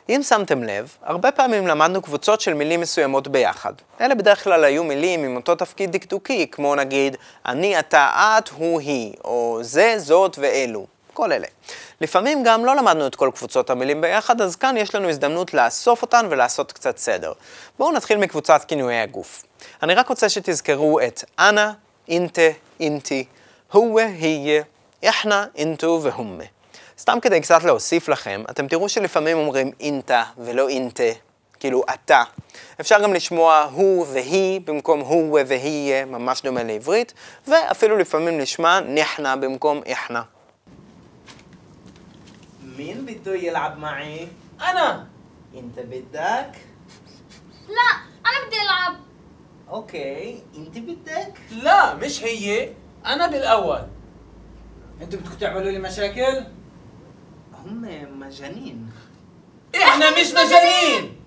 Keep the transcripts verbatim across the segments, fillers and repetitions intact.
אם שמתם לב, הרבה פעמים למדנו קבוצות של מילים מסוימות ביחד. אלה בדרך כלל היו מילים עם אותו תפקיד דקדוקי, כמו נגיד, אני, אתה, את, הוא, היא, או זה, זאת ואלו. כל אלה. לפעמים גם לא למדנו את כל קבוצות המילים ביחד, אז כאן יש לנו הזדמנות לאסוף אותן ולעשות קצת סדר. בואו נתחיל מקבוצת כינויי הגוף. אני רק רוצה שתזכרו את אנה, אינטה, אינטי, הווה, היה, איחנה, אינטו והומה. סתם כדי קצת להוסיף לכם, אתם תראו שלפעמים אומרים אינטה ולא אינטה, כאילו אתה. אפשר גם לשמוע הוא והיא במקום הוא והיא, ממש דומה לעברית, ואפילו לפעמים לשמוע נחנה במקום איחנה. مين بده يلعب معي؟ أنا. أنت بدك؟ لا أنا بدي ألعب. أوكي، أنت بدك؟ لا مش هي، أنا بالأول. انتوا بدكم تعملوا لي مشاكل؟ هم مجانين. إحنا مش مجانين.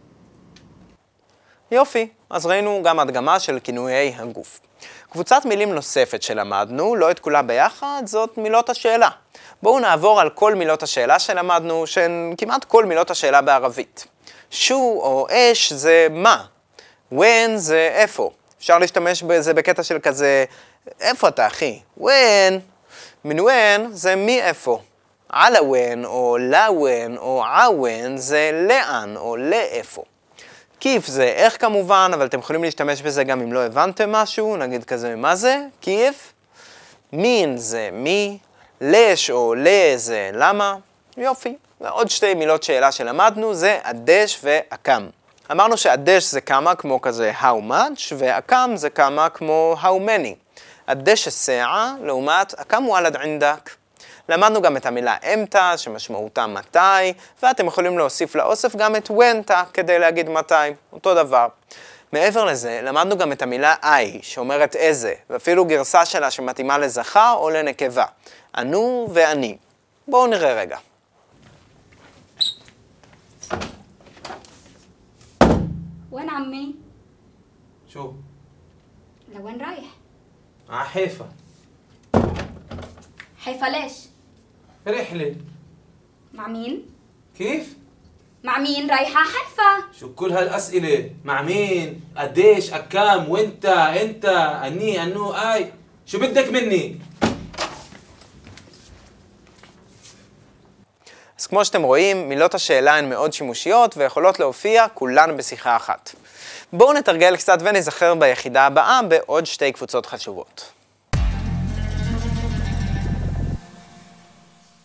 יופי, אז ראינו גם הדגמה של כינויי הגוף. קבוצת מילים נוספת שלמדנו, לא את כולה ביחד, זאת מילות השאלה. בואו נעבור על כל מילות השאלה שלמדנו, שהן כמעט כל מילות השאלה בערבית. שו או אש זה מה, when זה איפה. אפשר להשתמש בזה בקטע של כזה, איפה אתה אחי? when, מן when זה מי איפה. על הוון או לאוון או עוון זה לאן או לאיפה. כיף זה איך כמובן, אבל אתם יכולים להשתמש בזה גם אם לא הבנתם משהו, נגיד כזה מה זה, כיף. מין זה מי, לש או לה זה למה, יופי. ועוד שתי מילות שאלה שלמדנו זה אדש ואקם. אמרנו שאדש זה כמה כמו כזה how much, ואקם זה כמה כמו how many. אדש הסעה לעומת אקם וואלד עינדק. למדנו גם את המילה אמתה, שמשמעותה מתי, ואתם יכולים להוסיף לאוסף גם את ונטה, כדי להגיד מתי, אותו דבר. מעבר לזה, למדנו גם את המילה איי, שאומרת איזה, ואפילו גרסה שלה שמתאימה לזכר או לנקבה. אנו ואני. בואו נראה רגע. وين عمي؟ شو؟ لوين رايح؟ ع حيفا. حيفا ليش؟ رحلة. مع مين؟ كيف؟ مع مين رايحة حيفا؟ شو كل هالأسئلة؟ مع مين؟ قديش؟ أكام؟ وانت؟ انت؟ أني؟ أنو؟ آي؟ شو بدك مني؟ אז כמו שאתם רואים, מילות השאלה הן מאוד שימושיות ויכולות להופיע כולן בשיחה אחת. בואו נתרגל קצת ונזכר ביחידה הבאה בעוד שתי קבוצות חשובות.